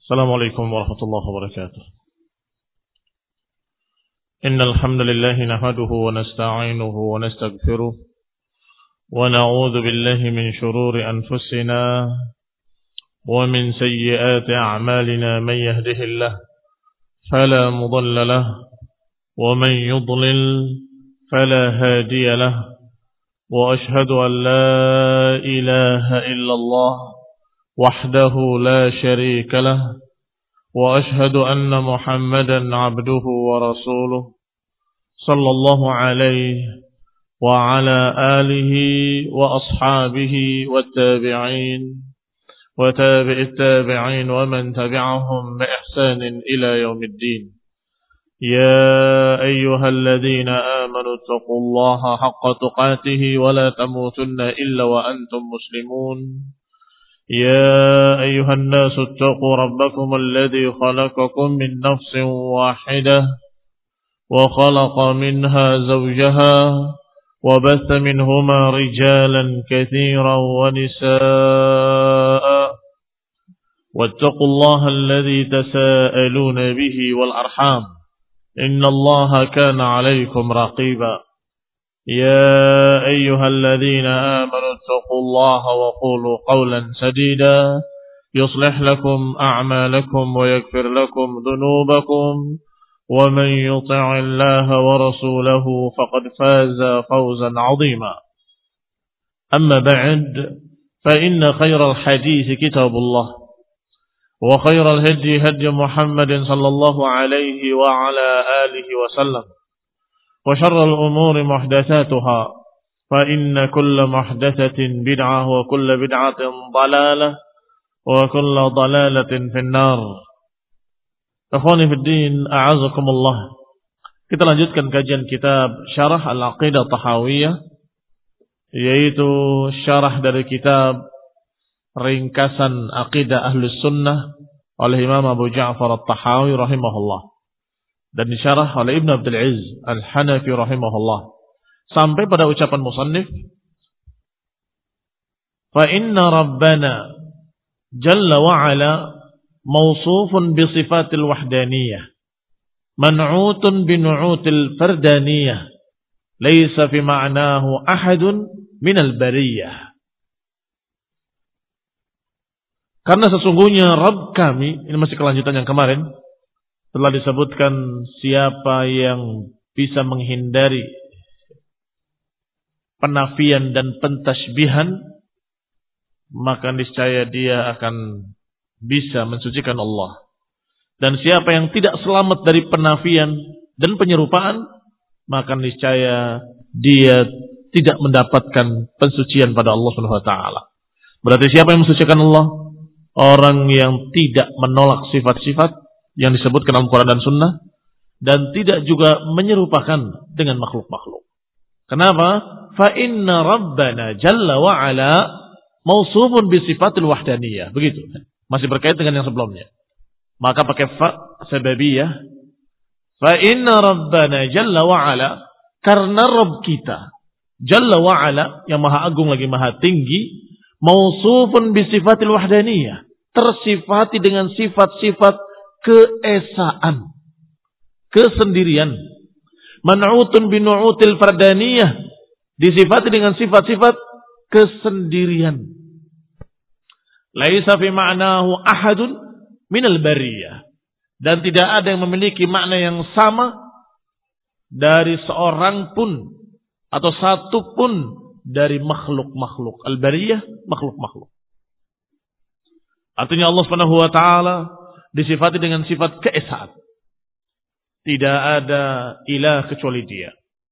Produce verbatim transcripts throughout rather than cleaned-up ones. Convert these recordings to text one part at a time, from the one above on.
السلام عليكم ورحمة الله وبركاته. إن الحمد لله نحمده ونستعينه ونستغفره ونعوذ بالله من شرور أنفسنا ومن سيئات أعمالنا. من يهده الله فلا مضل له ومن يضلل فلا هادي له، وأشهد أن لا إله إلا الله وحده لا شريك له، وأشهد أن محمدا عبده ورسوله صلى الله عليه وعلى آله وأصحابه والتابعين وتابع التابعين ومن تبعهم بإحسان إلى يوم الدين. يا أيها الذين آمنوا اتقوا الله حق تقاته ولا تموتن إلا وأنتم مسلمون. يا أيها الناس اتقوا ربكم الذي خلقكم من نفس واحدة وخلق منها زوجها وبث منهما رجالا كثيرا ونساء، واتقوا الله الذي تساءلون به والأرحام إن الله كان عليكم رقيبا. يا أيها الذين آمنوا اتقوا الله وقولوا قولا سديدا يصلح لكم أعمالكم ويغفر لكم ذنوبكم، ومن يطع الله ورسوله فقد فاز فوزا عظيما. أما بعد، فإن خير الحديث كتاب الله، وخير الهدي هدي محمد صلى الله عليه وعلى آله وسلم، وشر الأمور محدثاتها، فإن كل محدثة بدعة وكل بدعة ضلالة وكل ضلالة في النار. Ikhwani fi din, a'azakumullah. Kita lanjutkan kajian kitab Syarah Al-Aqidah Tahawiyah, yaitu syarah dari kitab Ringkasan Aqidah Ahlus Sunnah oleh Imam Abu Ja'far At-Tahawi rahimahullah, dan disyarah oleh Ibn Abdul Aziz Al-Hanafi rahimahullah, sampai pada ucapan musannif, fa inna rabbana jalla wa ala mawsufun bi sifatil wahdaniyah man'utun bi nu'util fardaniyah laysa fi ma'nahu ahadun minal bariyah. Karena sesungguhnya Rabb kami, ini masih kelanjutan yang kemarin, telah disebutkan siapa yang bisa menghindari penafian dan pentasbihan, maka niscaya dia akan bisa mensucikan Allah. Dan siapa yang tidak selamat dari penafian dan penyerupaan, maka niscaya dia tidak mendapatkan pensucian pada Allah Subhanahu wa taala. Berarti siapa yang mensucikan Allah? Orang yang tidak menolak sifat-sifat yang disebutkan dalam Quran dan Sunnah, dan tidak juga menyerupakan dengan makhluk-makhluk. Kenapa? Fa inna rabbana jalla wa ala mausufun bi sifatil wahdaniyah. Begitu. Masih berkait dengan yang sebelumnya. Maka pakai fa sababiyah. Fa inna rabbana jalla wa ala, karena Rabb kita jalla wa ala, yang maha agung lagi maha tinggi, mausufun bi sifatil wahdaniyah, tersifati dengan sifat-sifat keesaan, kesendirian. Man'utun bi nu'util fardaniyah, disifati dengan sifat-sifat kesendirian. Laisa fi ma'nahu ahadun minal bariyah, dan tidak ada yang memiliki makna yang sama dari seorang pun atau satu pun dari makhluk-makhluk. Al-bariyah, makhluk-makhluk. Artinya Allah Subhanahu wa taala disifati dengan sifat keesaan. Tidak ada ilah kecuali Dia.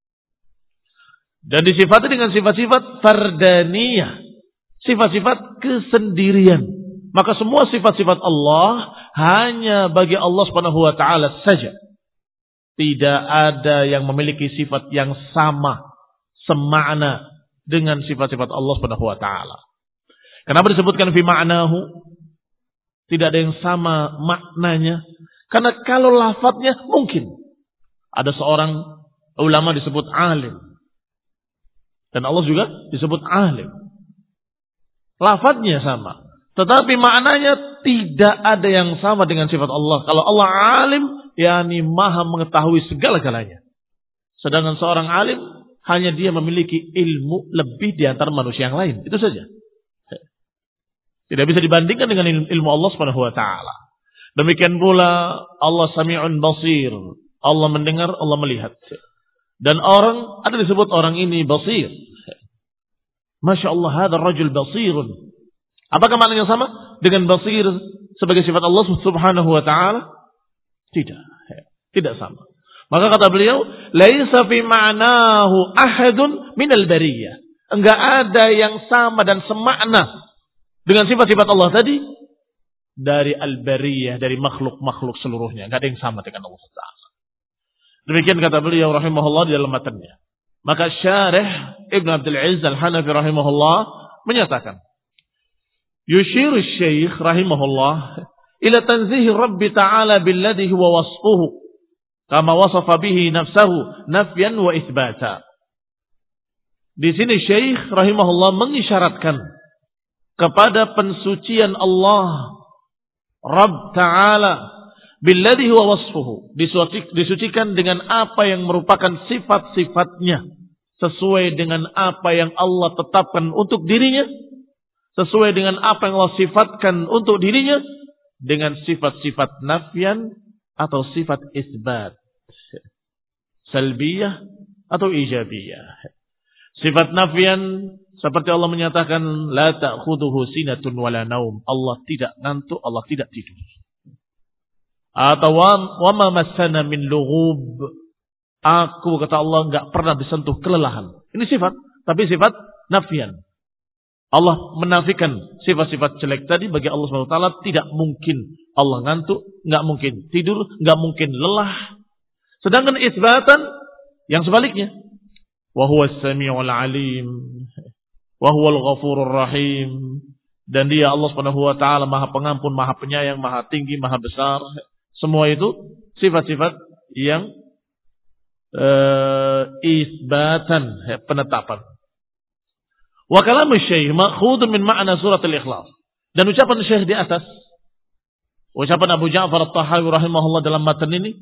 Dan disifati dengan sifat-sifat fardaniyah, sifat-sifat kesendirian. Maka semua sifat-sifat Allah hanya bagi Allah Subhanahu wa taala saja. Tidak ada yang memiliki sifat yang sama, semakna dengan sifat-sifat Allah Subhanahu wa taala. Kenapa disebutkan fi ma'nahu? Tidak ada yang sama maknanya. Karena kalau lafadznya mungkin ada seorang ulama disebut alim, dan Allah juga disebut alim. Lafadznya sama, Tetapi maknanya tidak ada yang sama dengan sifat Allah. Kalau Allah alim, yakni maha mengetahui segala-galanya. Sedangkan seorang alim, hanya dia memiliki ilmu lebih di antara manusia yang lain. Itu saja. Tidak bisa dibandingkan dengan ilmu Allah Subhanahu wa taala. Demikian pula Allah Sami'un Basir. Allah mendengar, Allah melihat. Dan orang, ada disebut orang ini basir. Masya Allah, hadha rajul basirun. Apakah maknanya sama dengan basir sebagai sifat Allah Subhanahu wa taala? Tidak. Tidak sama. Maka kata beliau, laisa fi ma'nahu ahadun minal bariyah. Enggak ada yang sama dan semakna dengan sifat-sifat Allah tadi dari al-bariyah, dari makhluk-makhluk seluruhnya. Enggak ada yang sama dengan Allah Taala. Demikian kata beliau rahimahullah di dalam matanya. Maka Syarih Ibn Abdul Aziz Al-Hanafi rahimahullah menyatakan, yushiru Syekh rahimahullah ila tanzihi Rabbi Ta'ala billadhi huwa wasfuhu kama wasafa bihi nafsahu nafyan wa itsbata. Di sini Syekh rahimahullah mengisyaratkan kepada pensucian Allah Rabb Ta'ala billadhi huwa wasfuhu, disucikan dengan apa yang merupakan sifat-sifatnya sesuai dengan apa yang Allah tetapkan untuk dirinya, sesuai dengan apa yang Allah sifatkan untuk dirinya, dengan sifat-sifat nafyan atau sifat isbat, salbiyah atau ijabiyah. Sifat nafyan seperti Allah menyatakan la ta'khudhuhu sinatun wala naum, Allah tidak ngantuk, Allah tidak tidur. Atau wa ma massana min lughub, aku kata Allah enggak pernah disentuh kelelahan. Ini sifat, tapi sifat nafyan. Allah menafikan sifat-sifat jelek tadi bagi Allah Subhanahu wa taala. Tidak mungkin Allah ngantuk, enggak mungkin tidur, enggak mungkin lelah. Sedangkan isbatan yang sebaliknya, wa huwas samiul alim wa huwal ghafurur rahim, dan dia Allah Subhanahu wa taala Maha Pengampun, Maha Penyayang, Maha Tinggi, Maha Besar. Semua itu sifat-sifat yang uh, isbatan, penetapan. Wa kalamu Syekh ma'khudun min ma'na surat Al-Ikhlas. Dan ucapan Syekh di atas, ucapan Abu Ja'far At-Tahawi rahimahullah dalam matan ini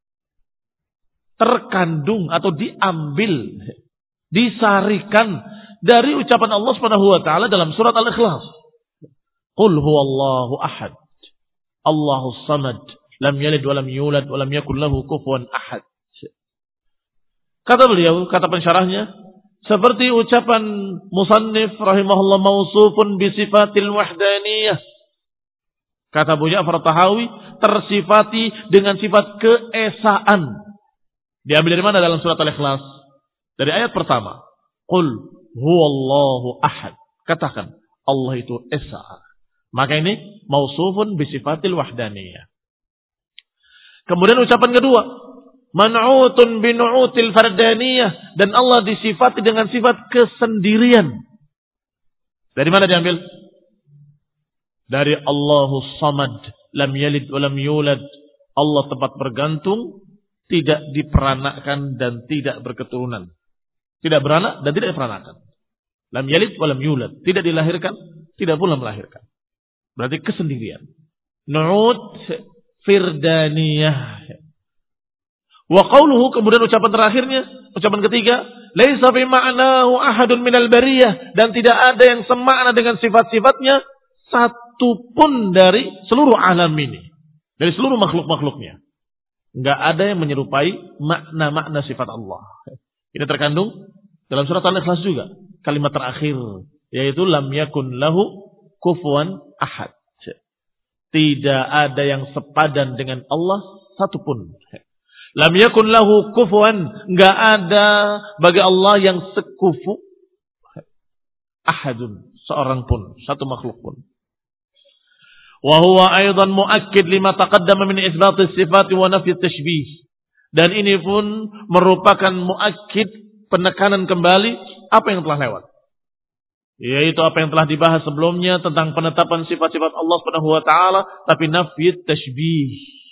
terkandung atau diambil, disarikan dari ucapan Allah Subhanahu wa taala dalam surat Al-Ikhlas. Qul huwallahu ahad, Allahus samad, lam yalid wa lam yulad wa lam yakul lahu kufuwan ahad. Kata beliau, kata pensyarahnya, seperti ucapan musannif rahimahullah mausufun bi sifatil wahdaniyah. Kata Abu Ja'far Tahawi, tersifati dengan sifat keesaan. Diambil dari mana dalam surat Al-Ikhlas? Dari ayat pertama. Qul huwallahu ahad. Katakan, Allah itu esa. Maka ini mausufun bi sifatil wahdaniyah. Kemudian ucapan kedua, man'utun bi nu'util fardaniyah, dan Allah disifati dengan sifat kesendirian. Dari mana diambil? Dari Allahus samad, lam yalid wa lam yulad. Allah tempat bergantung, tidak diperanakkan dan tidak berketurunan. Tidak beranak dan tidak diperanakan. Lam yalid wa lam yulad, tidak dilahirkan, tidak pula melahirkan. Berarti kesendirian. Nu'ut firdaniyah. Wa qawluhu, kemudian ucapan terakhirnya, ucapan ketiga, laisa fi ma'nahu ahadun minal bariyah, dan tidak ada yang semakna dengan sifat-sifatnya satu pun dari seluruh alam ini, dari seluruh makhluk-makhluknya. Enggak ada yang menyerupai makna-makna sifat Allah. Ini terkandung dalam surat Al-Ikhlas juga, kalimat terakhir, yaitu lam yakun lahu kufuwan ahad. Tidak ada yang sepadan dengan Allah satupun. Lam yakun lahu kufuwan, enggak ada bagi Allah yang sekufu ahadun, seorang pun, satu makhluk pun. Wa huwa aidan muakkid lima taqaddama min itsbat as-sifat wa nafy at-tashbih. Dan ini pun merupakan muakkid, penekanan kembali apa yang telah lewat. Yaitu apa yang telah dibahas sebelumnya tentang penetapan sifat-sifat Allah Subhanahu wa taala, tapi nafy at-tashbih.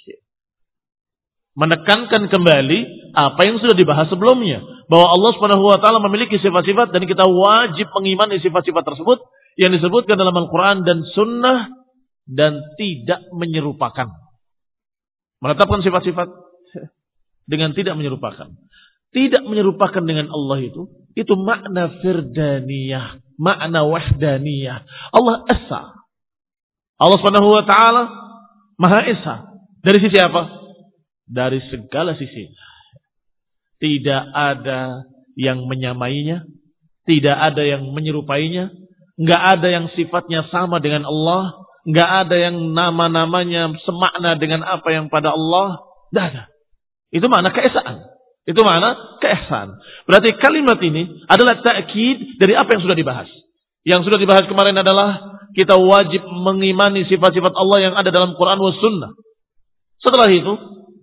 Menekankan kembali apa yang sudah dibahas sebelumnya, bahwa Allah Subhanahu wa taala memiliki sifat-sifat dan kita wajib mengimani sifat-sifat tersebut yang disebutkan dalam Al-Quran dan Sunnah dan tidak menyerupakan. Menetapkan sifat-sifat dengan tidak menyerupakan. Tidak menyerupakan dengan Allah itu, itu makna firdaniyah, makna wahdaniyah. Allah Esa. Allah Subhanahu wa taala Maha Esa. Dari sisi apa? Dari segala sisi. Tidak ada yang menyamainya, tidak ada yang menyerupainya, enggak ada yang sifatnya sama dengan Allah, enggak ada yang nama-namanya semakna dengan apa yang pada Allah, enggak ada. Itu makna keesaan. Itu makna keesaan. Berarti kalimat ini adalah ta'kid dari apa yang sudah dibahas. Yang sudah dibahas kemarin adalah kita wajib mengimani sifat-sifat Allah yang ada dalam Quran wa Sunnah. Setelah itu,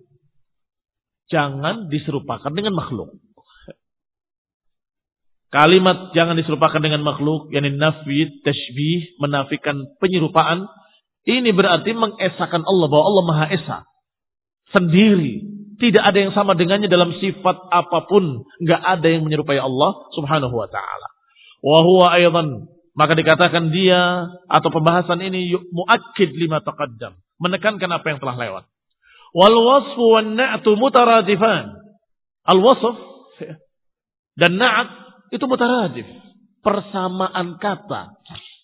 jangan diserupakan dengan makhluk. Kalimat jangan diserupakan dengan makhluk, yakni nafi, tashbih, menafikan penyerupaan. Ini berarti mengesahkan Allah, bahwa Allah Maha Esa. Sendiri. Tidak ada yang sama dengannya dalam sifat apapun. Enggak ada yang menyerupai Allah subhanahu wa ta'ala. Wa huwa aydan. Maka dikatakan dia atau pembahasan ini muakkid lima taqaddam. Menekankan apa yang telah lewat. Wal wasfu wan na'tu mutaradifan. Al wasf dan na'at itu mutaradif. Persamaan kata.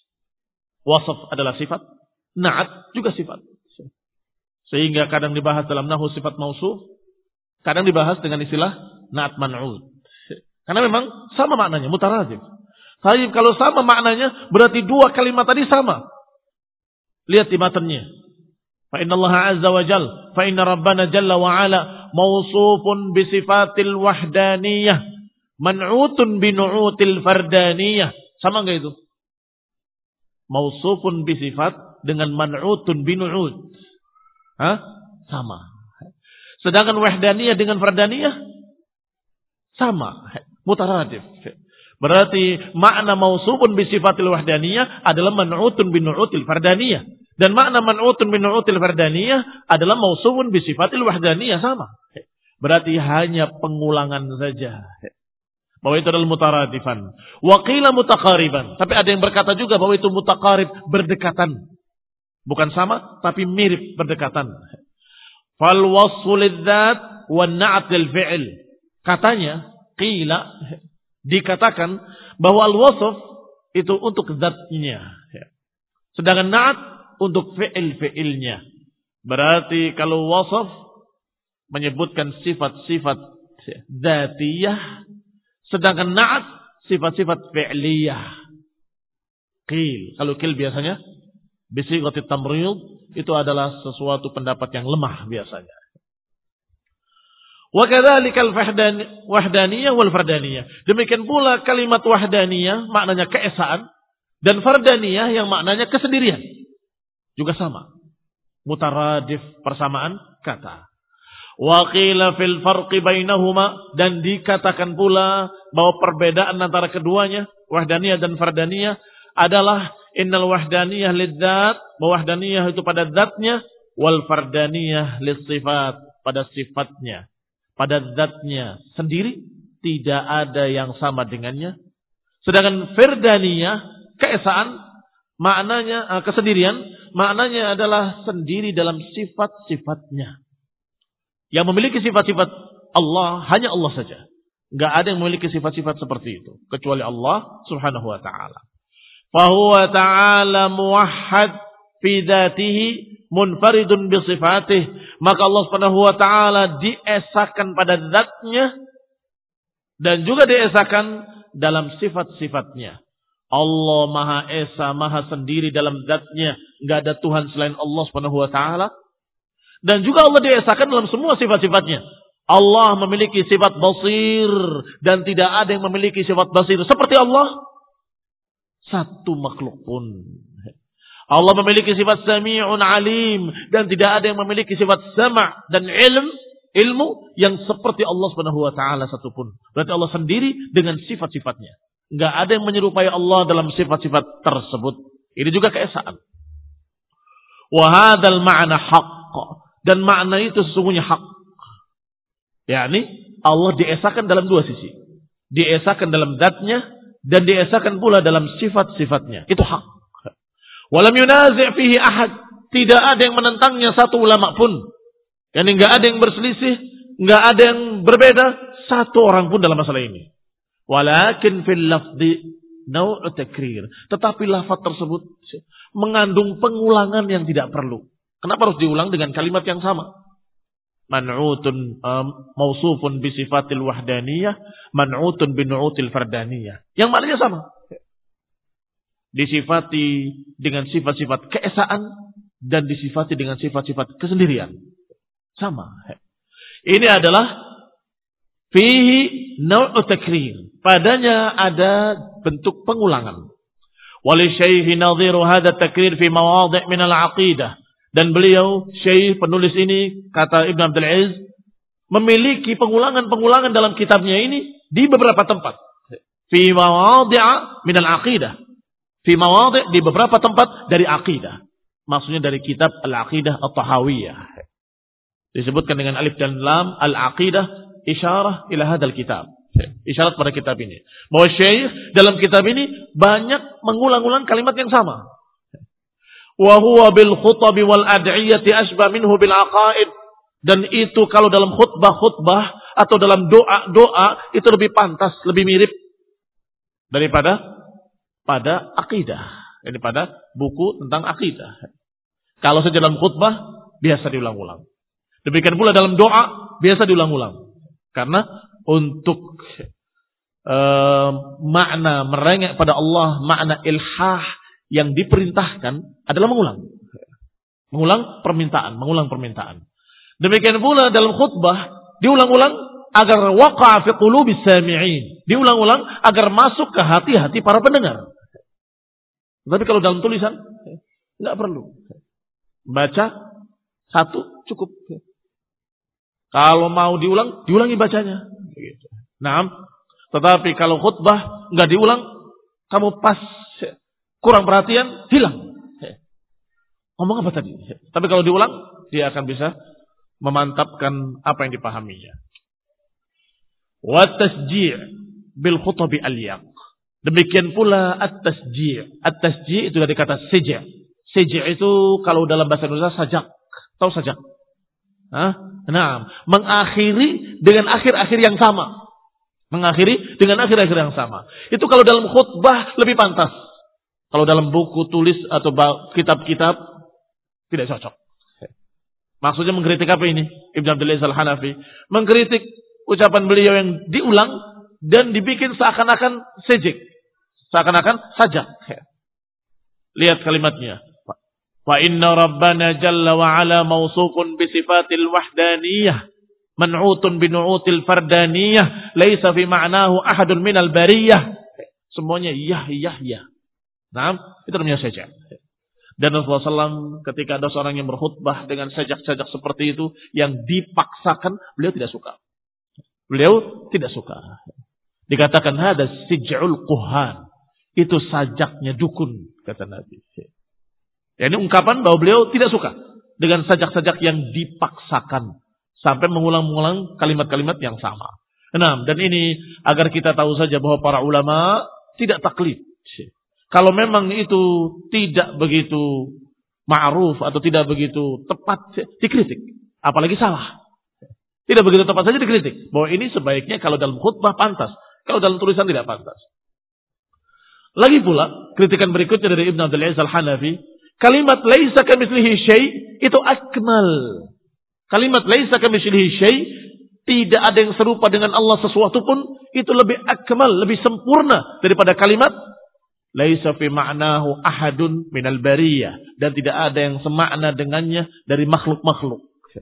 Wasf adalah sifat. Na'at juga sifat. Sehingga kadang dibahas dalam nahwu sifat mausuf. Kadang dibahas dengan istilah na'at man'ud. Karena memang sama maknanya, mutaradif. Tapi kalau sama maknanya, berarti dua kalimat tadi sama. Lihat di matanya. Fa inna Allah azza wa jal, fa inna rabbana jalla wa ala mausufun bi sifatil wahdaniyah, man'utun bi nu'util fardaniyah. Sama enggak itu? Mausufun bi sifat dengan man'utun bi nu'ud. Hah? Sama. Sedangkan wahdaniyah dengan fardaniyah sama, mutaradif. Berarti makna mausufun bi sifatil wahdaniyah adalah man'utun bi nu'util fardaniyah, dan makna man'utun bi nu'util fardaniyah adalah mausufun bi sifatil wahdaniyah, sama. Berarti hanya pengulangan saja. Bahwa itu adalah mutaradifan. Wa qila mutaqariban. Tapi ada yang berkata juga bahwa itu mutaqarib, berdekatan. Bukan sama, tapi mirip, berdekatan. Fal wasfu lidzat wan na'at lil fi'il. Katanya, qila, dikatakan bahwa al-wasf itu untuk zatnya. Sedangkan na'at untuk fi'il-fi'ilnya. Berarti kalau wasf menyebutkan sifat-sifat dzatiyah, sedangkan na'at sifat-sifat fi'liyah. Qil, kalau qil biasanya bisighatit tamrid, itu adalah sesuatu pendapat yang lemah biasanya. Wa kadzalikal wahdaniyah wal fardaniyah. Demikian pula kalimat wahdaniyah maknanya keesaan, dan fardaniyah yang maknanya kesendirian. Juga sama. Mutaradif, persamaan kata. Wa qila fil farqi bainahuma, dan dikatakan pula bahwa perbedaan antara keduanya, wahdaniyah dan fardaniyah, adalah innal wahdaniyah lidzat, bahwa wahdaniyah itu pada zatnya, wal fardaniyah lissifat, pada sifatnya. Pada zatnya sendiri tidak ada yang sama dengannya. Sedangkan fardaniyah, keesaan, maknanya kesendirian, maknanya adalah sendiri dalam sifat-sifatnya. Yang memiliki sifat-sifat Allah hanya Allah saja. Enggak ada yang memiliki sifat-sifat seperti itu kecuali Allah Subhanahu wa taala. Fahuwa ta'ala muwahhad fi dzatihi munfaridun bi sifatih. Maka Allah Subhanahu wa taala diesakan pada zatnya dan juga diesakan dalam sifat-sifatnya. Allah Maha Esa, Maha sendiri dalam zatnya, enggak ada Tuhan selain Allah Subhanahu wa taala. Dan juga Allah diesakan dalam semua sifat-sifatnya. Allah memiliki sifat basir dan tidak ada yang memiliki sifat basir seperti Allah. Satu makhluk pun. Allah memiliki sifat sami'un alim dan tidak ada yang memiliki sifat sama' dan ilm, ilmu yang seperti Allah Subhanahu wa taala satupun. Berarti Allah sendiri dengan sifat-sifatnya. Enggak ada yang menyerupai Allah dalam sifat-sifat tersebut. Ini juga keesaan. Wa hadzal ma'na haqq, dan makna itu sesungguhnya hak. yakni Allah diesakan dalam dua sisi. Diesakan dalam zatnya dan diesakan pula dalam sifat-sifatnya. Itu hak. Walam yunazi' fihi ahad. Tidak ada yang menentangnya satu ulama pun. Yani enggak ada yang berselisih, enggak ada yang berbeda satu orang pun dalam masalah ini. Walakin fil lafzi nau'u takrir. Tetapi lafaz tersebut mengandung pengulangan yang tidak perlu. Kenapa harus diulang dengan kalimat yang sama? Man'utun um, mausufun bi sifatil wahdaniyah, man'utun bi nu'util fardaniyah. Yang maknanya sama. Disifati dengan sifat-sifat keesaan dan disifati dengan sifat-sifat kesendirian. Sama. Ini adalah fihi nau'u takrir. Padanya ada bentuk pengulangan. Wali syaihi nadhiru hadha takrir fi mawadhi' min al-aqidah. Dan beliau, syekh penulis ini, kata Ibn Abdul Aziz, memiliki pengulangan-pengulangan dalam kitabnya ini di beberapa tempat. Fi mawadhi' min al-aqidah. Fi mawadhi' di beberapa tempat dari aqidah. Maksudnya dari kitab Al-Aqidah At-Tahawiyah. Disebutkan dengan alif dan lam al-aqidah isyarah ila hadal kitab. Isyarat pada kitab ini. Bahwa syekh dalam kitab ini banyak mengulang-ulang kalimat yang sama. Wa huwa bil khutabi wal ad'iyati asbah minhu bil aqaid. Dan itu kalau dalam khutbah-khutbah atau dalam doa-doa itu lebih pantas, lebih mirip daripada pada akidah. Daripada buku tentang akidah. Kalau saja dalam khutbah biasa diulang-ulang. Demikian pula dalam doa biasa diulang-ulang. Karena untuk uh, makna merengek pada Allah, makna ilhah yang diperintahkan adalah mengulang. Mengulang permintaan, mengulang permintaan. Demikian pula dalam khutbah diulang-ulang agar waqa'a fi qulubis sami'in. Diulang-ulang agar masuk ke hati-hati para pendengar. Tapi kalau dalam tulisan enggak perlu. Baca satu cukup. Kalau mau diulang, diulangi bacanya. Nah, tetapi kalau khutbah enggak diulang, kamu pas kurang perhatian, hilang. Ngomong apa tadi? Tapi kalau diulang, dia akan bisa memantapkan apa yang dipahaminya. Wa tasji' bil khutabi al-yaq. Demikian pula at-tasji'. At-tasji' itu dari kata sij'. Sij' itu kalau dalam bahasa Indonesia sajak. Tahu sajak? Hah? Nah, mengakhiri dengan akhir-akhir yang sama. Mengakhiri dengan akhir-akhir yang sama. Itu kalau dalam khutbah lebih pantas. Kalau dalam buku tulis atau kitab-kitab tidak cocok. Maksudnya mengkritik apa ini? Ibn Abdul Aziz Al-Hanafi mengkritik ucapan beliau yang diulang dan dibikin seakan-akan sejik. Seakan-akan sajak. Lihat kalimatnya. Wa inna rabbana jalla wa ala mawsufun bi sifatil wahdaniyah man'utun bi nu'util fardaniyah laisa fi ma'nahu ahadun minal bariyah. Semuanya yah yah yah. Nah, itu namanya sajak. Dan Rasulullah shallallahu alaihi wasallam ketika ada seorang yang berkhutbah dengan sajak-sajak seperti itu yang dipaksakan, beliau tidak suka. Beliau tidak suka. Dikatakan hada sij'ul quhan. Itu sajaknya dukun, kata Nabi. Ya, ini ungkapan bahwa beliau tidak suka dengan sajak-sajak yang dipaksakan sampai mengulang-ulang kalimat-kalimat yang sama. Nah, dan ini agar kita tahu saja bahwa para ulama tidak taklid. Kalau memang itu tidak begitu ma'ruf atau tidak begitu tepat, dikritik. Apalagi salah. Tidak begitu tepat saja dikritik. Bahwa ini sebaiknya kalau dalam khutbah pantas. Kalau dalam tulisan tidak pantas. Lagi pula, kritikan berikutnya dari Ibn Abdul Aziz Al-Hanafi. Kalimat laisa kamitslihi syai' itu akmal. Kalimat laisa kamitslihi syai' tidak ada yang serupa dengan Allah sesuatu pun itu lebih akmal, lebih sempurna daripada kalimat laisa fi ma'nahu ahadun minal bariyah, dan tidak ada yang semakna dengannya dari makhluk-makhluk.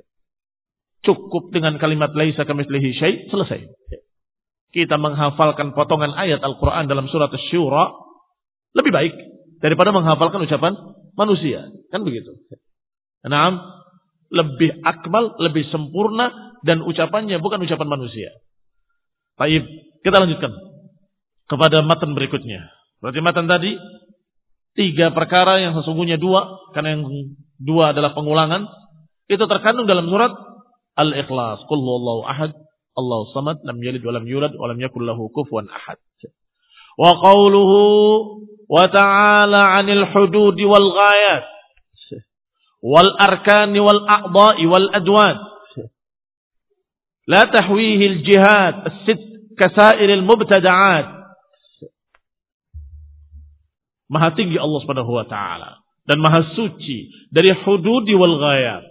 Cukup dengan kalimat laisa kamitslihi syai', selesai. Kita menghafalkan potongan ayat Al-Qur'an dalam surat Asy-Syura lebih baik daripada menghafalkan ucapan manusia, kan begitu. Naam, lebih akmal, lebih sempurna, dan ucapannya bukan ucapan manusia. Baik, kita lanjutkan kepada matan berikutnya. Berarti matan tadi tiga perkara yang sesungguhnya dua, karena yang dua adalah pengulangan, itu terkandung dalam surat Al-Ikhlas. Qul huwallahu ahad, Allahu samad, lam yalid wa lam yulad wa lam yakul lahu kufuwan ahad. Wa qawluhu wa ta'ala 'anil hudud wal ghayat wal arkani wal a'dha'i wal adwan la tahwihi al jihad as-sitt kasair al mubtada'at. Maha tinggi Allah Subhanahu wa taala dan maha suci dari hudud wal ghayat.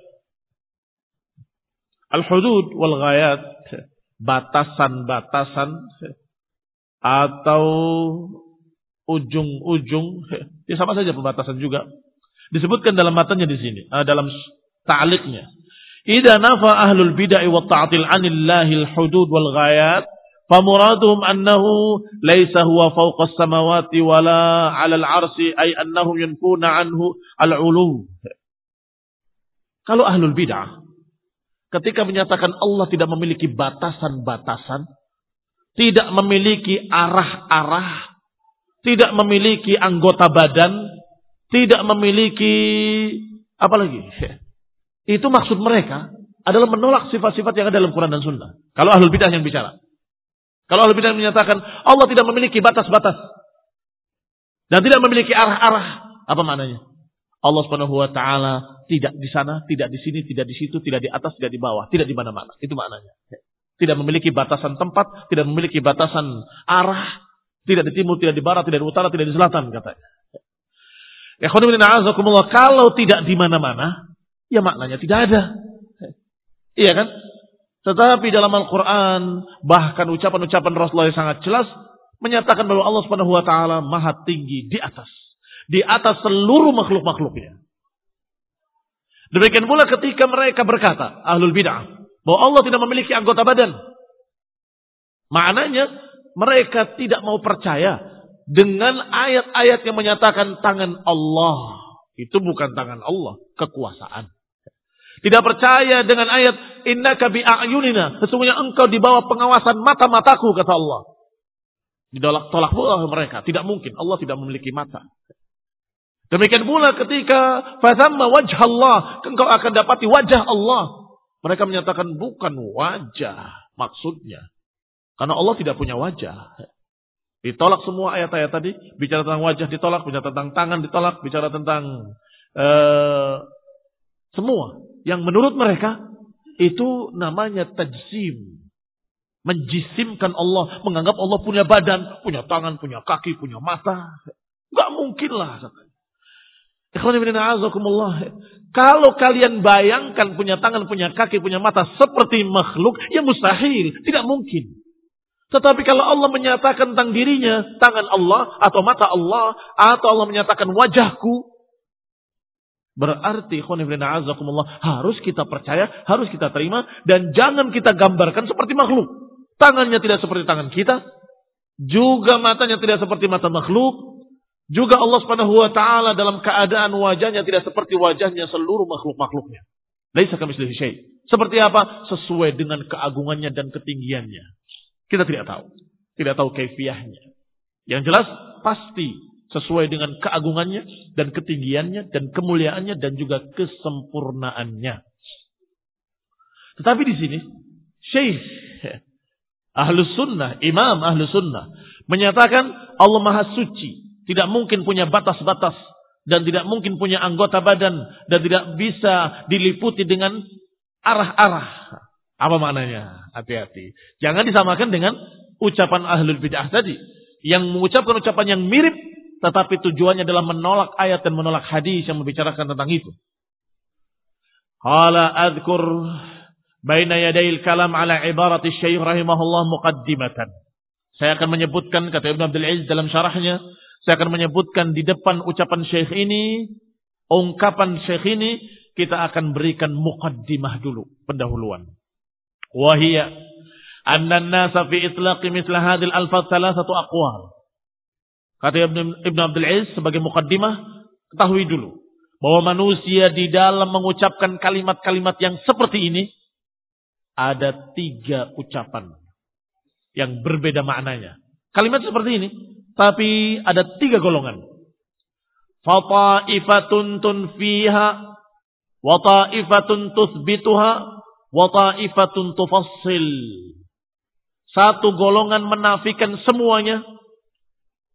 Al hudud wal ghayat, batasan-batasan atau ujung-ujung, ya sama saja pembatasan juga. Disebutkan dalam matanya di sini, dalam ta'liqnya. Idza nafa ahlul bid'ah wa ta'til 'anillahil hudud wal ghayat, famuraduhum annahu laysa huwa fawqa as-samawati wala 'ala al-'arsy, ay annahum yanfuna 'anhu al-'ulu. Kalau ahlul bid'ah ketika menyatakan Allah tidak memiliki batasan-batasan, tidak memiliki arah-arah, tidak memiliki anggota badan, tidak memiliki apa lagi? Itu maksud mereka adalah menolak sifat-sifat yang ada dalam Quran dan Sunnah. Kalau ahlul bidah yang bicara. Kalau ahlul bidah menyatakan Allah tidak memiliki batas-batas dan tidak memiliki arah-arah, apa maknanya? Allah Subhanahu wa taala tidak di sana, tidak di sini, tidak di situ, tidak di atas, tidak di bawah, tidak di mana-mana. Itu maknanya. Tidak memiliki batasan tempat, tidak memiliki batasan arah, tidak di timur, tidak di barat, tidak di utara, tidak di selatan katanya. Kalau tidak di mana-mana, ya maknanya tidak ada. Iya kan? Tetapi dalam Al-Quran, bahkan ucapan-ucapan Rasulullah yang sangat jelas menyatakan bahwa Allah Subhanahu wa taala maha tinggi di atas, di atas seluruh makhluk-makhluknya. Demikian pula ketika mereka berkata, ahlul bid'ah, bahwa Allah tidak memiliki anggota badan. Maknanya mereka tidak mau percaya dengan ayat-ayat yang menyatakan tangan Allah. Itu bukan tangan Allah, kekuasaan. Tidak percaya dengan ayat innaka bi'ayunina, sesungguhnya engkau di bawah pengawasan mata-mataku, kata Allah. Ditolak-tolak pula mereka, tidak mungkin Allah tidak memiliki mata. Demikian pula ketika fathamma wajh Allah, engkau akan dapati wajah Allah. Mereka menyatakan bukan wajah maksudnya. Karena Allah tidak punya wajah. Ditolak semua ayat-ayat tadi, bicara tentang wajah ditolak, bicara tentang tangan ditolak, bicara tentang uh, semua yang menurut mereka itu namanya tajsim. Menjisimkan Allah, menganggap Allah punya badan, punya tangan, punya kaki, punya mata. Enggak mungkinlah. Kalau kalian bayangkan punya tangan, punya kaki, punya mata seperti makhluk, ya mustahil, tidak mungkin. Tetapi kalau Allah menyatakan tentang dirinya, tangan Allah atau mata Allah, atau Allah menyatakan wajahku, berarti harus kita percaya, harus kita terima, dan jangan kita gambarkan seperti makhluk. Tangannya tidak seperti tangan kita, juga matanya tidak seperti mata makhluk. Juga Allah Subhanahu wa taala dalam keadaan wajahnya tidak seperti wajahnya seluruh makhluk-makhluknya. Laisa kamitslihi syai'. Seperti apa? Sesuai dengan keagungannya dan ketinggiannya. Kita tidak tahu. Tidak tahu kaifiyahnya. Yang jelas pasti sesuai dengan keagungannya dan ketinggiannya dan kemuliaannya dan juga kesempurnaannya. Tetapi di sini Syekh Ahlus Sunnah, Imam Ahlus Sunnah menyatakan Allah Maha Suci. Tidak mungkin punya batas-batas dan tidak mungkin punya anggota badan dan tidak bisa diliputi dengan arah-arah. Apa maknanya? Hati-hati. Jangan disamakan dengan ucapan ahlul bid'ah tadi yang mengucapkan ucapan yang mirip tetapi tujuannya adalah menolak ayat dan menolak hadis yang membicarakan tentang itu. Qala adhkur baina yadayil kalam ala ibarati Syekh rahimahullah muqaddimatan. Saya akan menyebutkan, kata Ibnu Abdul Aziz dalam syarahnya, saya akan menyebutkan di depan ucapan Syekh ini, ungkapan Syekh ini, kita akan berikan muqaddimah dulu, pendahuluan. Wahiyya anna an-nasa fi itlaqi mithla hadhil alfaz thalathatu aqwal. Kata Ibnu Ibnu Abdul Aziz sebagai muqaddimah, ketahui dulu bahwa manusia di dalam mengucapkan kalimat-kalimat yang seperti ini ada tiga ucapan yang berbeda maknanya. Kalimat seperti ini, tapi ada tiga golongan. Fata'ifatun tunfiha, wa ta'ifatun tuthbituha, wa ta'ifatun tufassil. Satu golongan menafikan semuanya,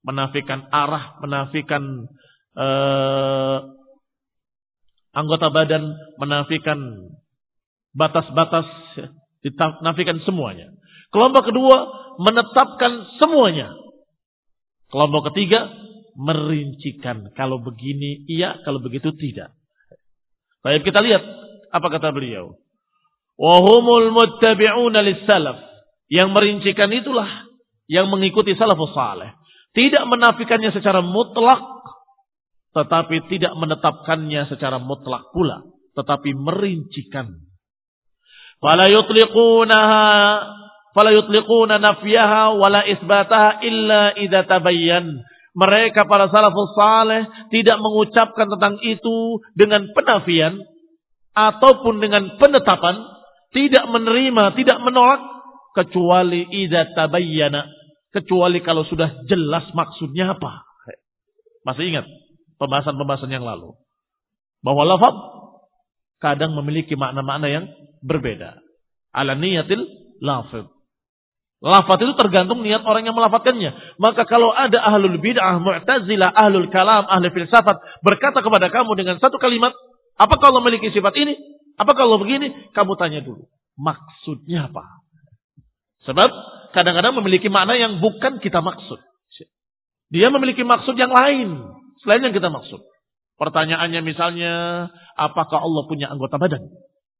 menafikan arah, menafikan eh, anggota badan, menafikan batas-batas, dinafikan semuanya. Kelompok kedua menetapkan semuanya. Kelompok ketiga merincikan. Kalau begini iya, kalau begitu tidak. Baik, kita lihat apa kata beliau. Wahumul muttabi'una lis-salaf. Yang merincikan itulah yang mengikuti salafus saleh. Tidak menafikannya secara mutlak, tetapi tidak menetapkannya secara mutlak pula, tetapi merincikan. Fala yutliqunaha fala yutliquna nafyaha wala isbataha illa idza tabayyan. Mereka para salafus saleh tidak mengucapkan tentang itu dengan penafian ataupun dengan penetapan, tidak menerima, tidak menolak kecuali idza tabayyana, kecuali kalau sudah jelas maksudnya apa. Masih ingat pembahasan-pembahasan yang lalu bahwa lafaz kadang memiliki makna-makna yang berbeda. Ala niyatil lafaz. Lafaz itu tergantung niat orang yang melafatkannya. Maka kalau ada ahlul bid'ah, mu'tazilah, ahlul kalam, ahli filsafat berkata kepada kamu dengan satu kalimat, apakah Allah memiliki sifat ini? Apakah Allah begini? Kamu tanya dulu, maksudnya apa? Sebab kadang-kadang memiliki makna yang bukan kita maksud. Dia memiliki maksud yang lain selain yang kita maksud. Pertanyaannya misalnya, apakah Allah punya anggota badan?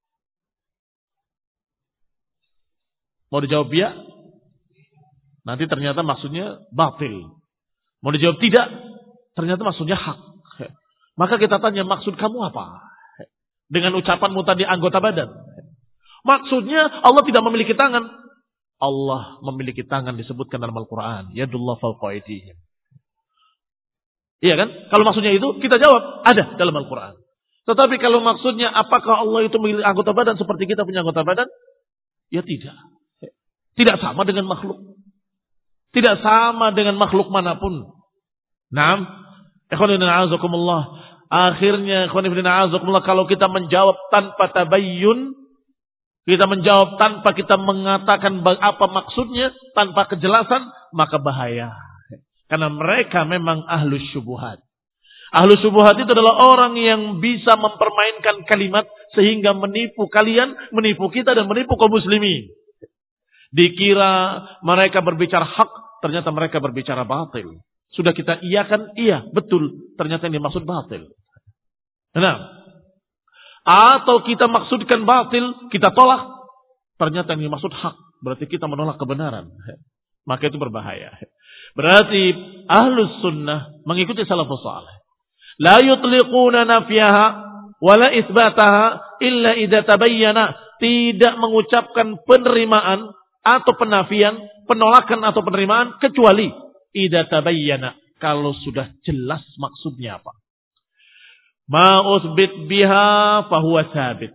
Mau dijawab ya? Nanti ternyata maksudnya batil. Mau dijawab tidak? Ternyata maksudnya hak. Maka kita tanya, maksud kamu apa? Dengan ucapanmu tadi anggota badan. Maksudnya Allah tidak memiliki tangan. Allah memiliki tangan disebutkan dalam Al-Quran. Yadullah fawqa aydihim. Iya kan? Kalau maksudnya itu, kita jawab, ada dalam Al-Quran. Tetapi kalau maksudnya, apakah Allah itu memiliki anggota badan seperti kita punya anggota badan? Ya tidak. Tidak sama dengan makhluk. Tidak sama dengan makhluk manapun. Naam. Ikhwanuddin a'azakumullah. Akhirnya, ikhwanuddin a'azakumullah, kalau kita menjawab tanpa tabayyun, kita menjawab tanpa kita mengatakan apa maksudnya, tanpa kejelasan, maka bahaya. Karena mereka memang ahlus syubuhat. Ahlus syubuhat itu adalah orang yang bisa mempermainkan kalimat sehingga menipu kalian, menipu kita dan menipu kaum muslimin. Dikira mereka berbicara hak, ternyata mereka berbicara batil. Sudah kita iyakan, iya, betul. Ternyata yang dimaksud batil. Nah, atau kita maksudkan batil, kita tolak. Ternyata yang dimaksud hak, berarti kita menolak kebenaran. Maka itu berbahaya. Berarti ahlus sunnah mengikuti salafus salih. La yutliquna nafyaha wala isbataha illa idza tabayyana. Tidak mengucapkan penerimaan atau penafian, penolakan atau penerimaan kecuali idza tabayyana, kalau sudah jelas maksudnya apa. Ma usbit biha fahuwa sabit.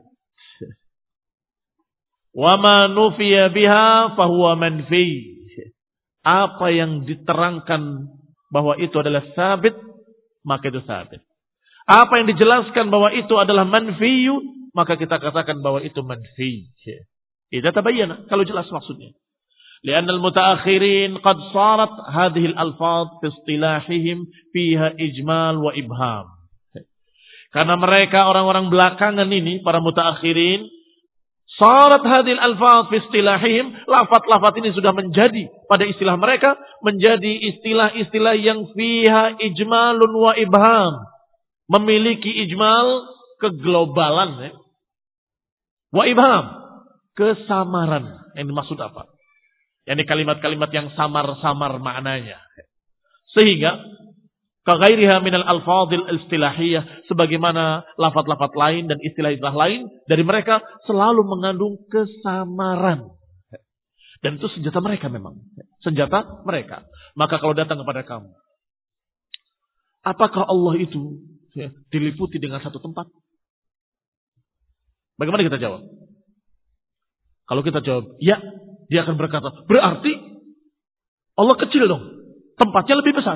Wa ma nufiya biha fahuwa manfi. Apa yang diterangkan bahwa itu adalah sabit, maka itu sabit. Apa yang dijelaskan bahwa itu adalah manfiyu, maka kita katakan bahwa itu manfi. Idza tabayyana, kalau jelas maksudnya. Li'anna al-mutaakhirin qad sarat hadhihi al-alfaz fi istilahihim fiha ijmal wa ibham. Karena mereka orang-orang belakangan ini, para mutaakhirin, sarat hadhihi al-alfaz fi istilahihim, lafaz-lafaz ini sudah menjadi pada istilah mereka menjadi istilah-istilah yang fiha ijmalun wa ibham. Memiliki ijmal, keglobalan, ya. Wa ibham, kesamaran. Yang dimaksud apa? Ini kalimat-kalimat yang samar-samar maknanya. Sehingga kaghairiha minal alfadhil istilahiyah, sebagaimana lafaz-lafaz lain dan istilah-istilah lain dari mereka selalu mengandung kesamaran. Dan itu senjata mereka memang. Senjata mereka. Maka kalau datang kepada kamu, apakah Allah itu ya, diliputi dengan satu tempat? Bagaimana kita jawab? Kalau kita jawab, ya, dia akan berkata, berarti Allah kecil dong. Tempatnya lebih besar.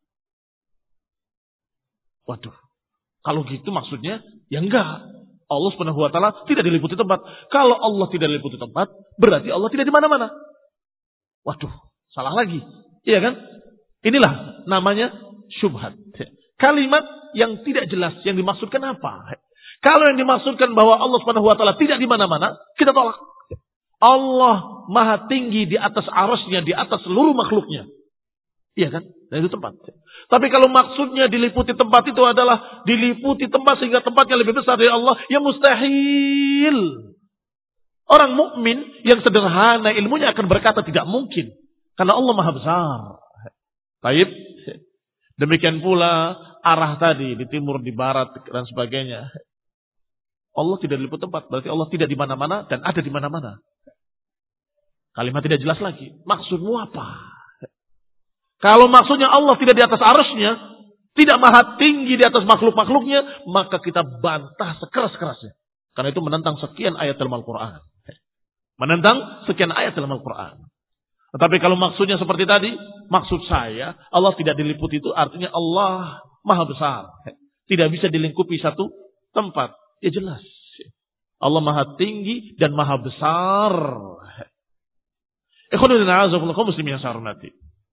Waduh. Kalau gitu maksudnya, ya enggak. Allah subhanahu wa taala tidak diliputi tempat. Kalau Allah tidak diliputi tempat, berarti Allah tidak di mana-mana. Waduh, salah lagi. Iya kan? Inilah namanya syubhat. Kalimat yang tidak jelas yang dimaksudkan apa? Kalau yang dimaksudkan bahwa Allah Subhanahu wa taala tidak di mana-mana, kita tolak. Allah Maha tinggi di atas arasnya, di atas seluruh makhluknya. Iya kan? Dan itu tempat. Tapi kalau maksudnya diliputi tempat itu adalah diliputi tempat sehingga tempatnya lebih besar dari Allah, ya mustahil. Orang mukmin yang sederhana ilmunya akan berkata tidak mungkin. Karena Allah Maha besar. Baik. Demikian pula arah tadi, di timur, di barat, dan sebagainya. Allah tidak diliput tempat. Berarti Allah tidak di mana-mana dan ada di mana-mana. Kalimat tidak jelas lagi. Maksudmu apa? Kalau maksudnya Allah tidak di atas arasnya, tidak maha tinggi di atas makhluk-makhluknya, maka kita bantah sekeras-kerasnya. Karena itu menentang sekian ayat dalam Al-Quran. Menentang sekian ayat dalam Al-Quran. Tetapi kalau maksudnya seperti tadi, maksud saya, Allah tidak diliputi itu artinya Allah maha besar. Tidak bisa dilingkupi satu tempat. Ya jelas. Allah maha tinggi dan maha besar. Ikhwanuddin a'azakumullah kaum muslimin yang saya hormati.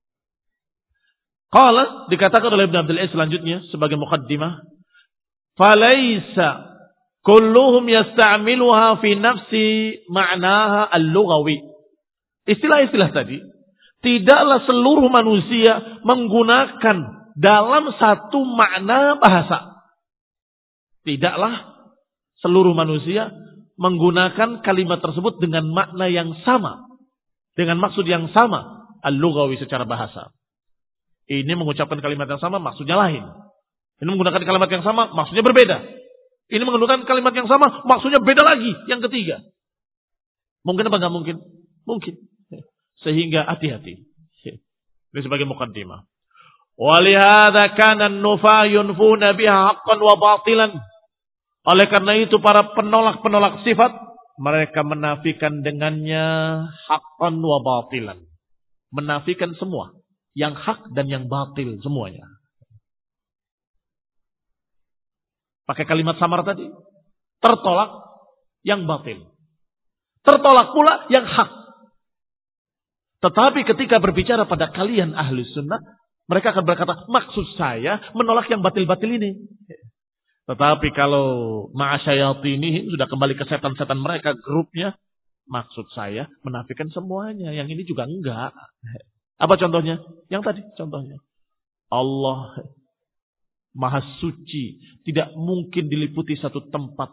Qala dikatakan oleh Ibnu Abdul Aziz selanjutnya sebagai muqaddimah, "Falaisa kulluhum yasta'miluha fi nafsi ma'naha al-lughawi." Istilah-istilah tadi tidaklah seluruh manusia menggunakan dalam satu makna bahasa. Tidaklah seluruh manusia menggunakan kalimat tersebut dengan makna yang sama. Dengan maksud yang sama. Al-lughawi secara bahasa. Ini mengucapkan kalimat yang sama, maksudnya lain. Ini menggunakan kalimat yang sama, maksudnya berbeda. Ini menggunakan kalimat yang sama, maksudnya beda lagi. Yang ketiga. Mungkin apa enggak mungkin? Mungkin. Sehingga hati-hati. Ini sebagai muqaddimah. Walihada kana an-nufa yunfuna biha haqqan wa batilan. Oleh karena itu para penolak-penolak sifat, mereka menafikan dengannya haqqan wa batilan. Menafikan semua. Yang hak dan yang batil semuanya. Pakai kalimat samar tadi. Tertolak yang batil. Tertolak pula yang hak. Tetapi ketika berbicara pada kalian ahli sunnah, mereka akan berkata, maksud saya menolak yang batil-batil ini. Tetapi kalau ma'asyayatini sudah kembali ke setan-setan mereka, grupnya, maksud saya menafikan semuanya. Yang ini juga enggak. Apa contohnya? Yang tadi contohnya. Allah Maha Suci. Tidak mungkin diliputi satu tempat.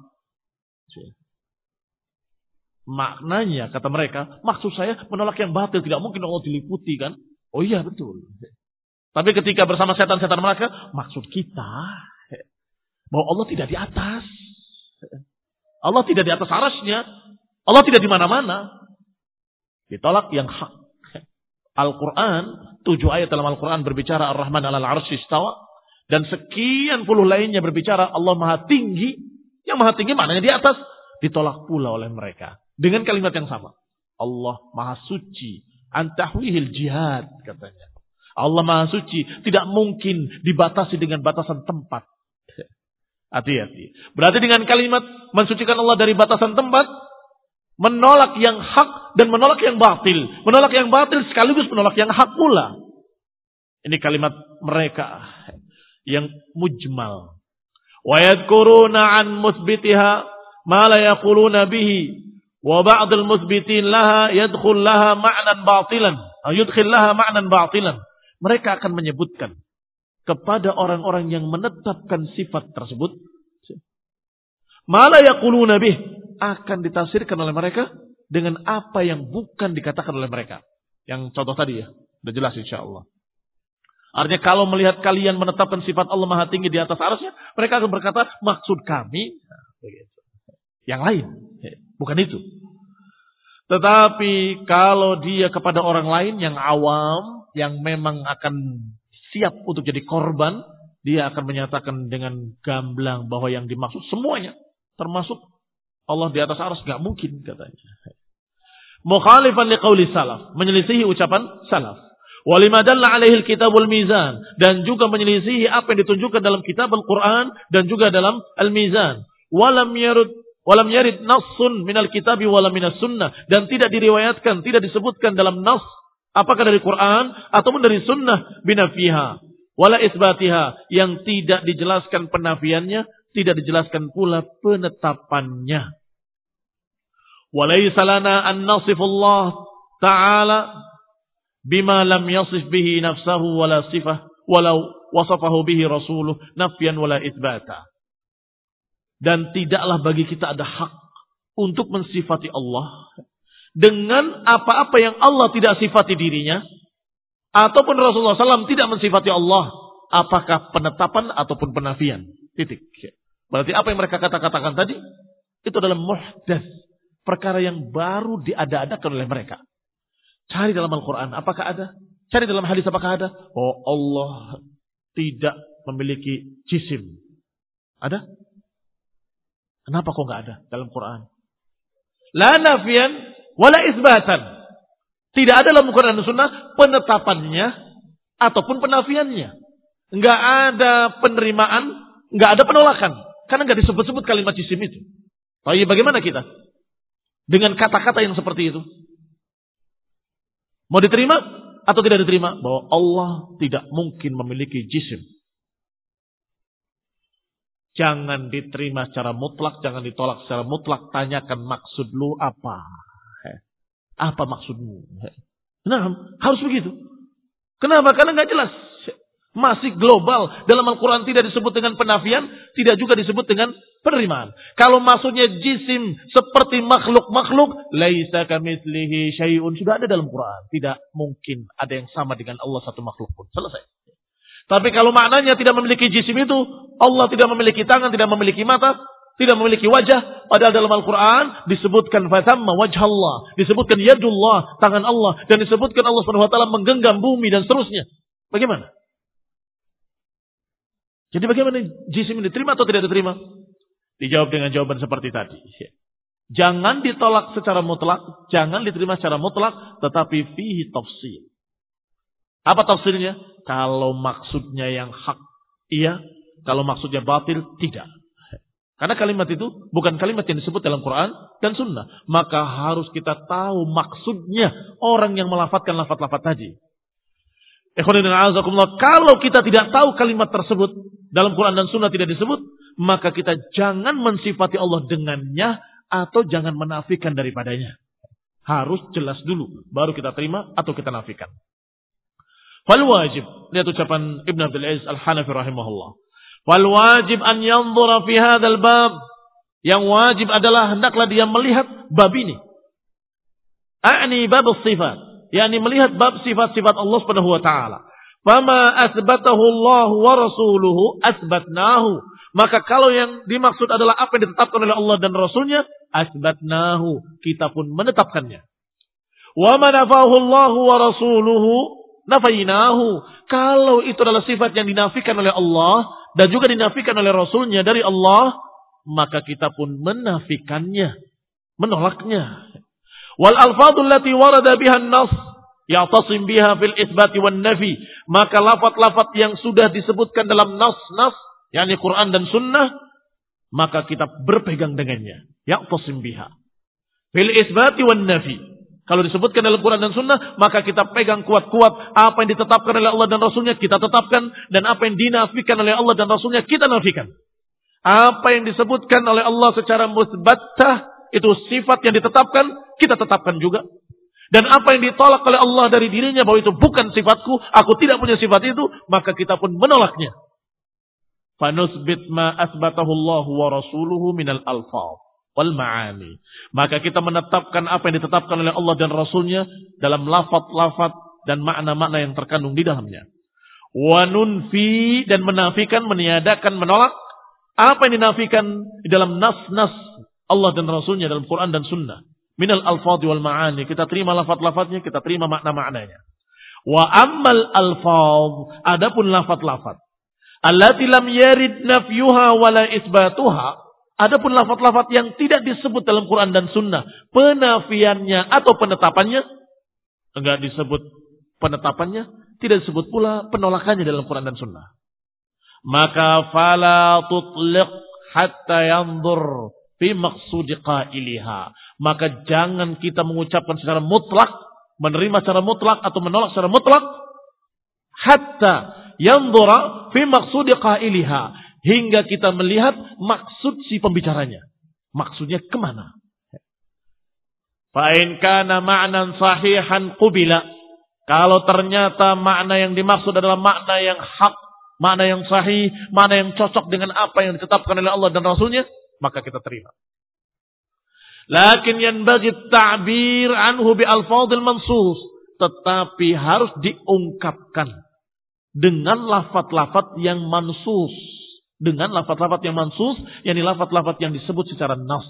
Maknanya, kata mereka, maksud saya menolak yang batil. Tidak mungkin Allah diliputi kan? Oh iya betul. Tapi ketika bersama setan-setan mereka, maksud kita bahwa Allah tidak di atas. Allah tidak di atas arasnya. Allah tidak di mana-mana. Ditolak yang hak. Al-Quran, tujuh ayat dalam Al-Quran berbicara Ar-Rahman alal arsy istawa. Dan sekian puluh lainnya berbicara Allah Maha Tinggi. Yang Maha Tinggi maknanya di atas. Ditolak pula oleh mereka. Dengan kalimat yang sama. Allah Maha Suci. Antahwihil jihad katanya. Allah Maha Suci. Tidak mungkin dibatasi dengan batasan tempat. Hati-hati. Berarti dengan kalimat mensucikan Allah dari batasan tempat, menolak yang hak dan menolak yang batil. Menolak yang batil sekaligus menolak yang hak pula. Ini kalimat mereka yang mujmal. Wa yadhkuruna an musbitiha ma la yaquluna bihi wa ba'd al-musbitin laha yadkhul laha ma'nan batilan. Yudkhil laha ma'nan batilan. Mereka akan menyebutkan kepada orang-orang yang menetapkan sifat tersebut, mala yaquluna bih, akan ditafsirkan oleh mereka dengan apa yang bukan dikatakan oleh mereka. Yang contoh tadi ya, sudah jelas insyaallah. Artinya kalau melihat kalian menetapkan sifat Allah Maha Tinggi di atas arasnya, mereka akan berkata, maksud kami yang lain, bukan itu. Tetapi kalau dia kepada orang lain yang awam, yang memang akan siap untuk jadi korban, dia akan menyatakan dengan gamblang bahwa yang dimaksud semuanya, termasuk Allah di atas arsy, gak mungkin katanya. Mukhalifan liqauli salaf, menyelisihi ucapan salaf. Walima dalla alaihi alkitabul mizan, dan juga menyelisihi apa yang ditunjukkan dalam kitab Al-Qur'an dan juga dalam Al-Mizan. Walam yarid walam yarid nassun minal kitabi wala minas sunnah, dan tidak diriwayatkan, tidak disebutkan dalam nas apakah dari Quran ataupun dari sunnah binafiha, wala isbatiha, yang tidak dijelaskan penafiannya, tidak dijelaskan pula penetapannya. Walaysa lana an nasifullah ta'ala bima lam yasif bihi nafsahu wala sifah walau wasafahu bihi rasuluh nafyan wala isbata. Dan tidaklah bagi kita ada hak untuk mensifati Allah dengan apa-apa yang Allah tidak sifati dirinya, ataupun Rasulullah shallallahu alaihi wasallam tidak mensifati Allah, apakah penetapan ataupun penafian. Titik. Berarti apa yang mereka kata-katakan tadi itu adalah muhdats, perkara yang baru diada-adakan oleh mereka. Cari dalam Al-Quran, apakah ada? Cari dalam hadis, apakah ada? Oh, Allah tidak memiliki jisim. Ada? Kenapa kok nggak ada dalam Quran? La nafian wala isbatan. Tidak ada dalam Quran dan Sunnah penetapannya ataupun penafiannya. Nggak ada penerimaan, nggak ada penolakan. Karena nggak disebut-sebut kalimat jisim itu. Tapi bagaimana kita dengan kata-kata yang seperti itu? Mau diterima atau tidak diterima? Bahwa Allah tidak mungkin memiliki jisim. Jangan diterima secara mutlak, jangan ditolak secara mutlak. Tanyakan maksud lu apa? Apa maksudmu? Nah, harus begitu. Kenapa? Karena nggak jelas. Masih global. Dalam Al-Quran tidak disebut dengan penafian, tidak juga disebut dengan penerimaan. Kalau maksudnya jisim seperti makhluk-makhluk, laisa kamitslihi syai'un, sudah ada dalam Quran. Tidak mungkin ada yang sama dengan Allah satu makhluk pun. Selesai. Tapi kalau maknanya tidak memiliki jisim itu, Allah tidak memiliki tangan, tidak memiliki mata, tidak memiliki wajah. Padahal dalam Al-Quran disebutkan fasamma wajhallah, disebutkan yadullah, tangan Allah, dan disebutkan Allah subhanahu wa taala menggenggam bumi dan seterusnya. Bagaimana? Jadi bagaimana jisim ini diterima atau tidak diterima? Dijawab dengan jawaban seperti tadi. Jangan ditolak secara mutlak, jangan diterima secara mutlak, tetapi fihi tafsir. Apa tafsirnya? Kalau maksudnya yang hak, iya. Kalau maksudnya batil, tidak. Karena kalimat itu bukan kalimat yang disebut dalam Quran dan Sunnah. Maka harus kita tahu maksudnya orang yang melafadzkan lafaz-lafaz tadi. Kalau kita tidak tahu kalimat tersebut dalam Quran dan Sunnah tidak disebut, maka kita jangan mensifati Allah dengannya atau jangan menafikan daripadanya. Harus jelas dulu, baru kita terima atau kita nafikan. Fal wajib, lihat ucapan Ibn Abdul Aziz Al-Hanafi rahimahullah. Fal wajib an yanzura fi hadzal bab. Yang wajib adalah hendaklah dia melihat bab ini. A'ni bab sifat, yakni melihat bab sifat-sifat Allah Subhanahu wa taala. Fama asbatahu Allah wa rasuluhu asbatnahu. Maka kalau yang dimaksud adalah apa yang ditetapkan oleh Allah dan Rasulnya, asbatnahu, kita pun menetapkannya. Wa ma nafahu Allah wa rasuluhu nafainahu. Kalau itu adalah sifat yang dinafikan oleh Allah dan juga dinafikan oleh Rasulnya dari Allah, maka kita pun menafikannya, menolaknya. Wal alfadul lati warada biha an-nas ya'tasim biha fil isbati wan nafi. Maka lafaz-lafaz yang sudah disebutkan dalam nas-nas, yakni Quran dan Sunnah, maka kita berpegang dengannya. Ya'tasim biha fil isbati wan nafi. Kalau disebutkan dalam Quran dan Sunnah, maka kita pegang kuat-kuat. Apa yang ditetapkan oleh Allah dan Rasulnya, kita tetapkan. Dan apa yang dinafikan oleh Allah dan Rasulnya, kita nafikan. Apa yang disebutkan oleh Allah secara musbattah, itu sifat yang ditetapkan, kita tetapkan juga. Dan apa yang ditolak oleh Allah dari dirinya, bahwa itu bukan sifatku, aku tidak punya sifat itu, maka kita pun menolaknya. Fanusbit ma asbatahu Allah wa rasuluhu minal alfaz wal ma'ani. Maka kita menetapkan apa yang ditetapkan oleh Allah dan Rasulnya dalam lafaz-lafaz dan makna-makna yang terkandung di dalamnya. Wa nunfi, dan menafikan, meniadakan, menolak apa yang dinafikan di dalam nas-nas Allah dan Rasulnya dalam Quran dan Sunnah. Minal alfadhi wal ma'ani. Kita terima lafaz-lafaznya, kita terima makna-maknanya. Wa ammal alfadh, adapun lafaz-lafaz allati lam yarid nafyuha wala isbatuha, adapun lafaz-lafaz yang tidak disebut dalam Quran dan Sunnah penafiannya atau penetapannya, enggak disebut penetapannya, tidak disebut pula penolakannya dalam Quran dan Sunnah, maka fala tutliq hatta yanzur fi maqsudi qailiha. Maka jangan kita mengucapkan secara mutlak, menerima secara mutlak atau menolak secara mutlak, hatta yanzura fi maqsudi qailiha, hingga kita melihat maksud si pembicaranya. Maksudnya kemana? Fa in kana ma'nan sahihan qubila. Kalau ternyata makna yang dimaksud adalah makna yang hak, makna yang sahih, makna yang cocok dengan apa yang ditetapkan oleh Allah dan Rasulnya, maka kita terima. Lakin yanbaghi at-ta'bir anhu bi alfadhil mansus, tetapi harus diungkapkan dengan lafaz-lafaz yang mansus, dengan lafaz-lafaz yang mansus, yakni lafaz-lafaz yang disebut secara nas.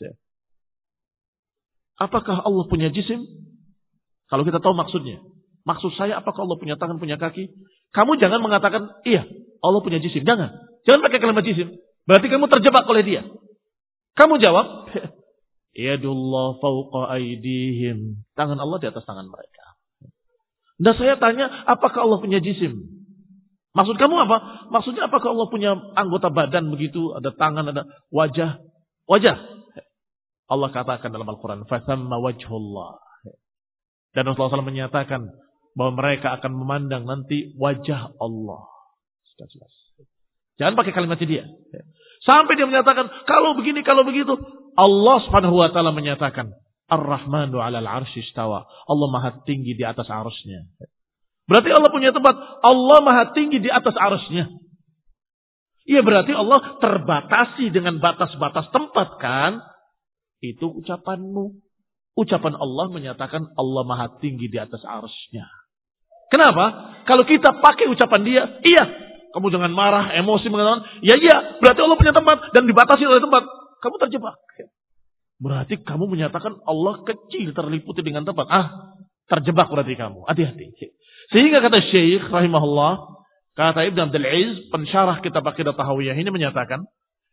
Apakah Allah punya jisim? Kalau kita tahu maksudnya. Maksud saya, apakah Allah punya tangan, punya kaki? Kamu jangan mengatakan, iya, Allah punya jisim. Jangan. Jangan pakai kalimat jisim. Berarti kamu terjebak oleh dia. Kamu jawab, yadullah fawqa aydihim. Tangan Allah di atas tangan mereka. Dan saya tanya, apakah Allah punya jisim? Maksud kamu apa? Maksudnya apakah Allah punya anggota badan begitu? Ada tangan, ada wajah. Wajah. Allah katakan dalam Al-Quran, fathamma wajhullah. Dan Rasulullah shallallahu alaihi wasallam menyatakan bahwa mereka akan memandang nanti wajah Allah. Sudah jelas. Jangan pakai kalimatnya dia. Sampai dia menyatakan, kalau begini, kalau begitu. Allah subhanahu wa ta'ala menyatakan, Ar-Rahmanu alal arsy istawa. Allah maha tinggi di atas arsy-Nya. Berarti Allah punya tempat. Allah maha tinggi di atas arsy-Nya. Iya, berarti Allah terbatasi dengan batas-batas tempat kan? Itu ucapanmu. Ucapan Allah menyatakan Allah maha tinggi di atas arsy-Nya. Kenapa? Kalau kita pakai ucapan dia, iya. Kamu jangan marah, emosi mengatakan, ya iya, berarti Allah punya tempat dan dibatasi oleh tempat. Kamu terjebak. Berarti kamu menyatakan Allah kecil terliputi dengan tempat. Ah, terjebak berarti kamu. Hati-hati. Sehingga kata Syekh rahimahullah, kata Ibn Abdul Aziz, pensyarah kitab Aqidah Tahawiyah ini menyatakan,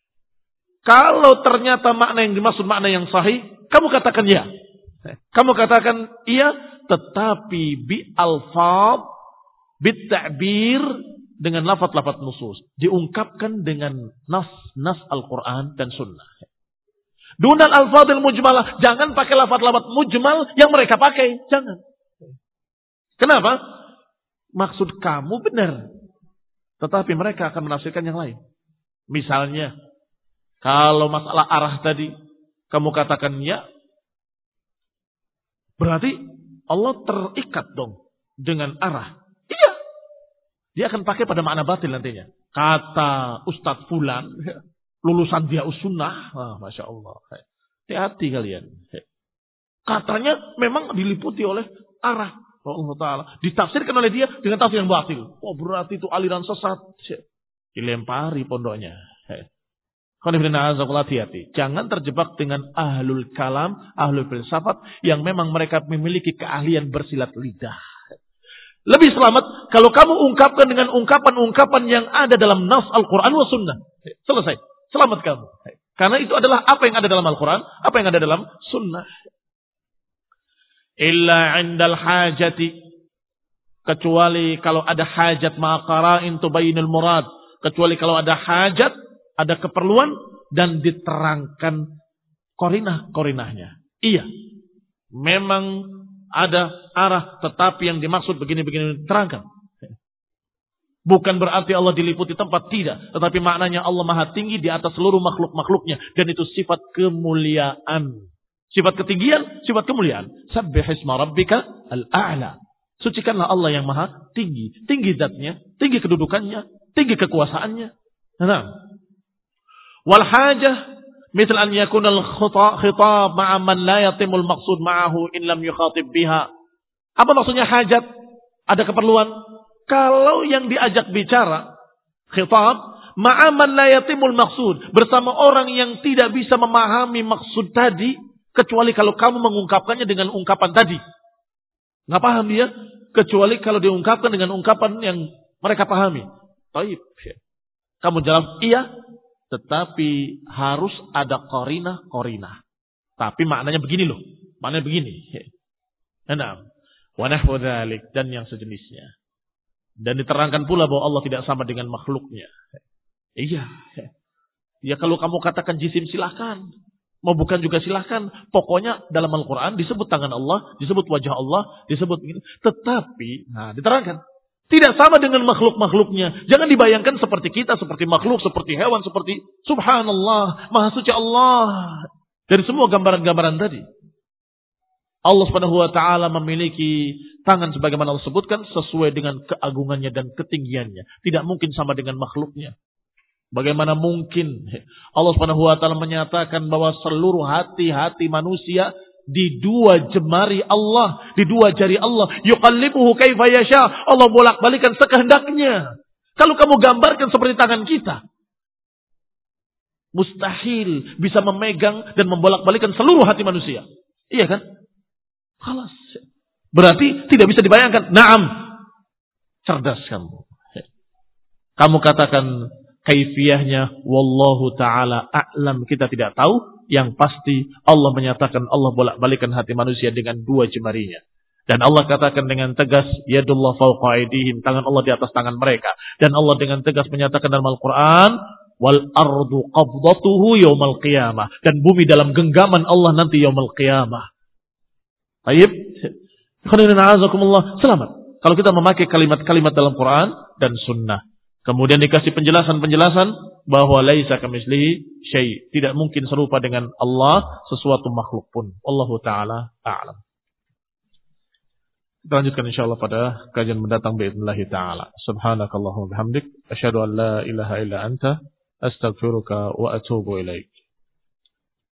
kalau ternyata makna yang dimaksud makna yang sahih, kamu katakan ya. Kamu katakan iya, tetapi bi alfaz, bi ta'bir, dengan lafaz-lafaz nusus. Diungkapkan dengan nas-nas Al-Quran dan Sunnah. Dunal alfadil mujmalah. Jangan pakai lafaz-lafaz mujmal yang mereka pakai. Jangan. Kenapa? Maksud kamu benar. Tetapi mereka akan menafsirkan yang lain. Misalnya, kalau masalah arah tadi, kamu katakan ya, berarti Allah terikat dong dengan arah. Iya. Dia akan pakai pada makna batil nantinya. Kata Ustadz Fulan, lulusan dia usunnah. Ah, Masya Allah. Hati-hati kalian. Katanya memang diliputi oleh arah Allah Ta'ala. Ditafsirkan oleh dia dengan tafsir yang batil. Oh, berarti itu aliran sesat. Dilempari pondoknya. Hati-hati. Jangan terjebak dengan ahlul kalam, ahlul filsafat yang memang mereka memiliki keahlian bersilat lidah. Lebih selamat kalau kamu ungkapkan dengan ungkapan-ungkapan yang ada dalam nas Al-Quran wa Sunnah. Selesai. Selamat kamu. Karena itu adalah apa yang ada dalam Al-Quran, apa yang ada dalam Sunnah. Illa indal hajati. Kecuali kalau ada hajat ma'aqara'in tubayinul murad. Kecuali kalau ada hajat, ada keperluan, dan diterangkan korinah-korinahnya. Iya. Memang ada arah, tetapi yang dimaksud begini-begini diterangkan. Bukan berarti Allah diliputi tempat, tidak. Tetapi maknanya Allah maha tinggi di atas seluruh makhluk-makhluknya. Dan itu sifat kemuliaan. Sifat ketinggian, sifat kemuliaan. Sabbihisma rabbika al-a'la. Sucikanlah Allah yang maha tinggi. Tinggi zatnya, tinggi kedudukannya, tinggi kekuasaannya. Nah. Wal hajah, misal an yakuna al-khitab ma'a man la yatimul maqsud ma'ahu in lam yukhatib biha. Apa maksudnya hajat? Ada keperluan. Kalau yang diajak bicara, khitab, ma'a man la yatimul maqsud, bersama orang yang tidak bisa memahami maksud tadi, kecuali kalau kamu mengungkapkannya dengan ungkapan tadi. Nggak paham dia, kecuali kalau diungkapkan dengan ungkapan yang mereka pahami. Taib. Kamu jawab iya, tetapi harus ada qarinah-qarinah. Tapi maknanya begini loh. Maknanya begini. Enam. Wa nahwu dzalik, dan yang sejenisnya. Dan diterangkan pula bahwa Allah tidak sama dengan makhluknya. Iya. Ya kalau kamu katakan jisim silahkan. Mau bukan juga silahkan. Pokoknya dalam Al-Quran disebut tangan Allah, disebut wajah Allah, disebut begini. Tetapi, nah diterangkan. Tidak sama dengan makhluk-makhluknya. Jangan dibayangkan seperti kita, seperti makhluk, seperti hewan, seperti subhanallah, maha suci Allah. Dari semua gambaran-gambaran tadi. Allah Subhanahu wa taala memiliki tangan sebagaimana Allah sebutkan sesuai dengan keagungannya dan ketinggiannya. Tidak mungkin sama dengan makhluknya. Bagaimana mungkin Allah Subhanahu wa taala menyatakan bahwa seluruh hati-hati manusia di dua jemari Allah, di dua jari Allah, yuqallibuhu kaifa yasha. Allah bolak-balikan sekehendaknya. Kalau kamu gambarkan seperti tangan kita, mustahil bisa memegang dan membolak-balikan seluruh hati manusia. Iya kan? Khalas. Berarti tidak bisa dibayangkan. Naam. Cerdas kamu. Kamu katakan kaifiyahnya wallahu ta'ala a'lam, kita tidak tahu. Yang pasti Allah menyatakan Allah bolak-balikan hati manusia dengan dua jemarinya. Dan Allah katakan dengan tegas, yadullah fawqa aydihim, tangan Allah di atas tangan mereka. Dan Allah dengan tegas menyatakan dalam Al-Quran, wal ardu qabdatuhu yawmal qiyamah. Dan bumi dalam genggaman Allah nanti yawmal qiyamah. Baik, selamat. Kalau kita memakai kalimat-kalimat dalam Quran dan Sunnah, kemudian dikasih penjelasan-penjelasan bahwa laisa kamitslihi syai', tidak mungkin serupa dengan Allah sesuatu makhluk pun. Wallahu taala a'lam. Kita lanjutkan insyaallah pada kajian mendatang باذنillah taala. Subhanakallahumma bihamdik asyhadu an la ilaha illa anta astaghfiruka wa atubu ilaik.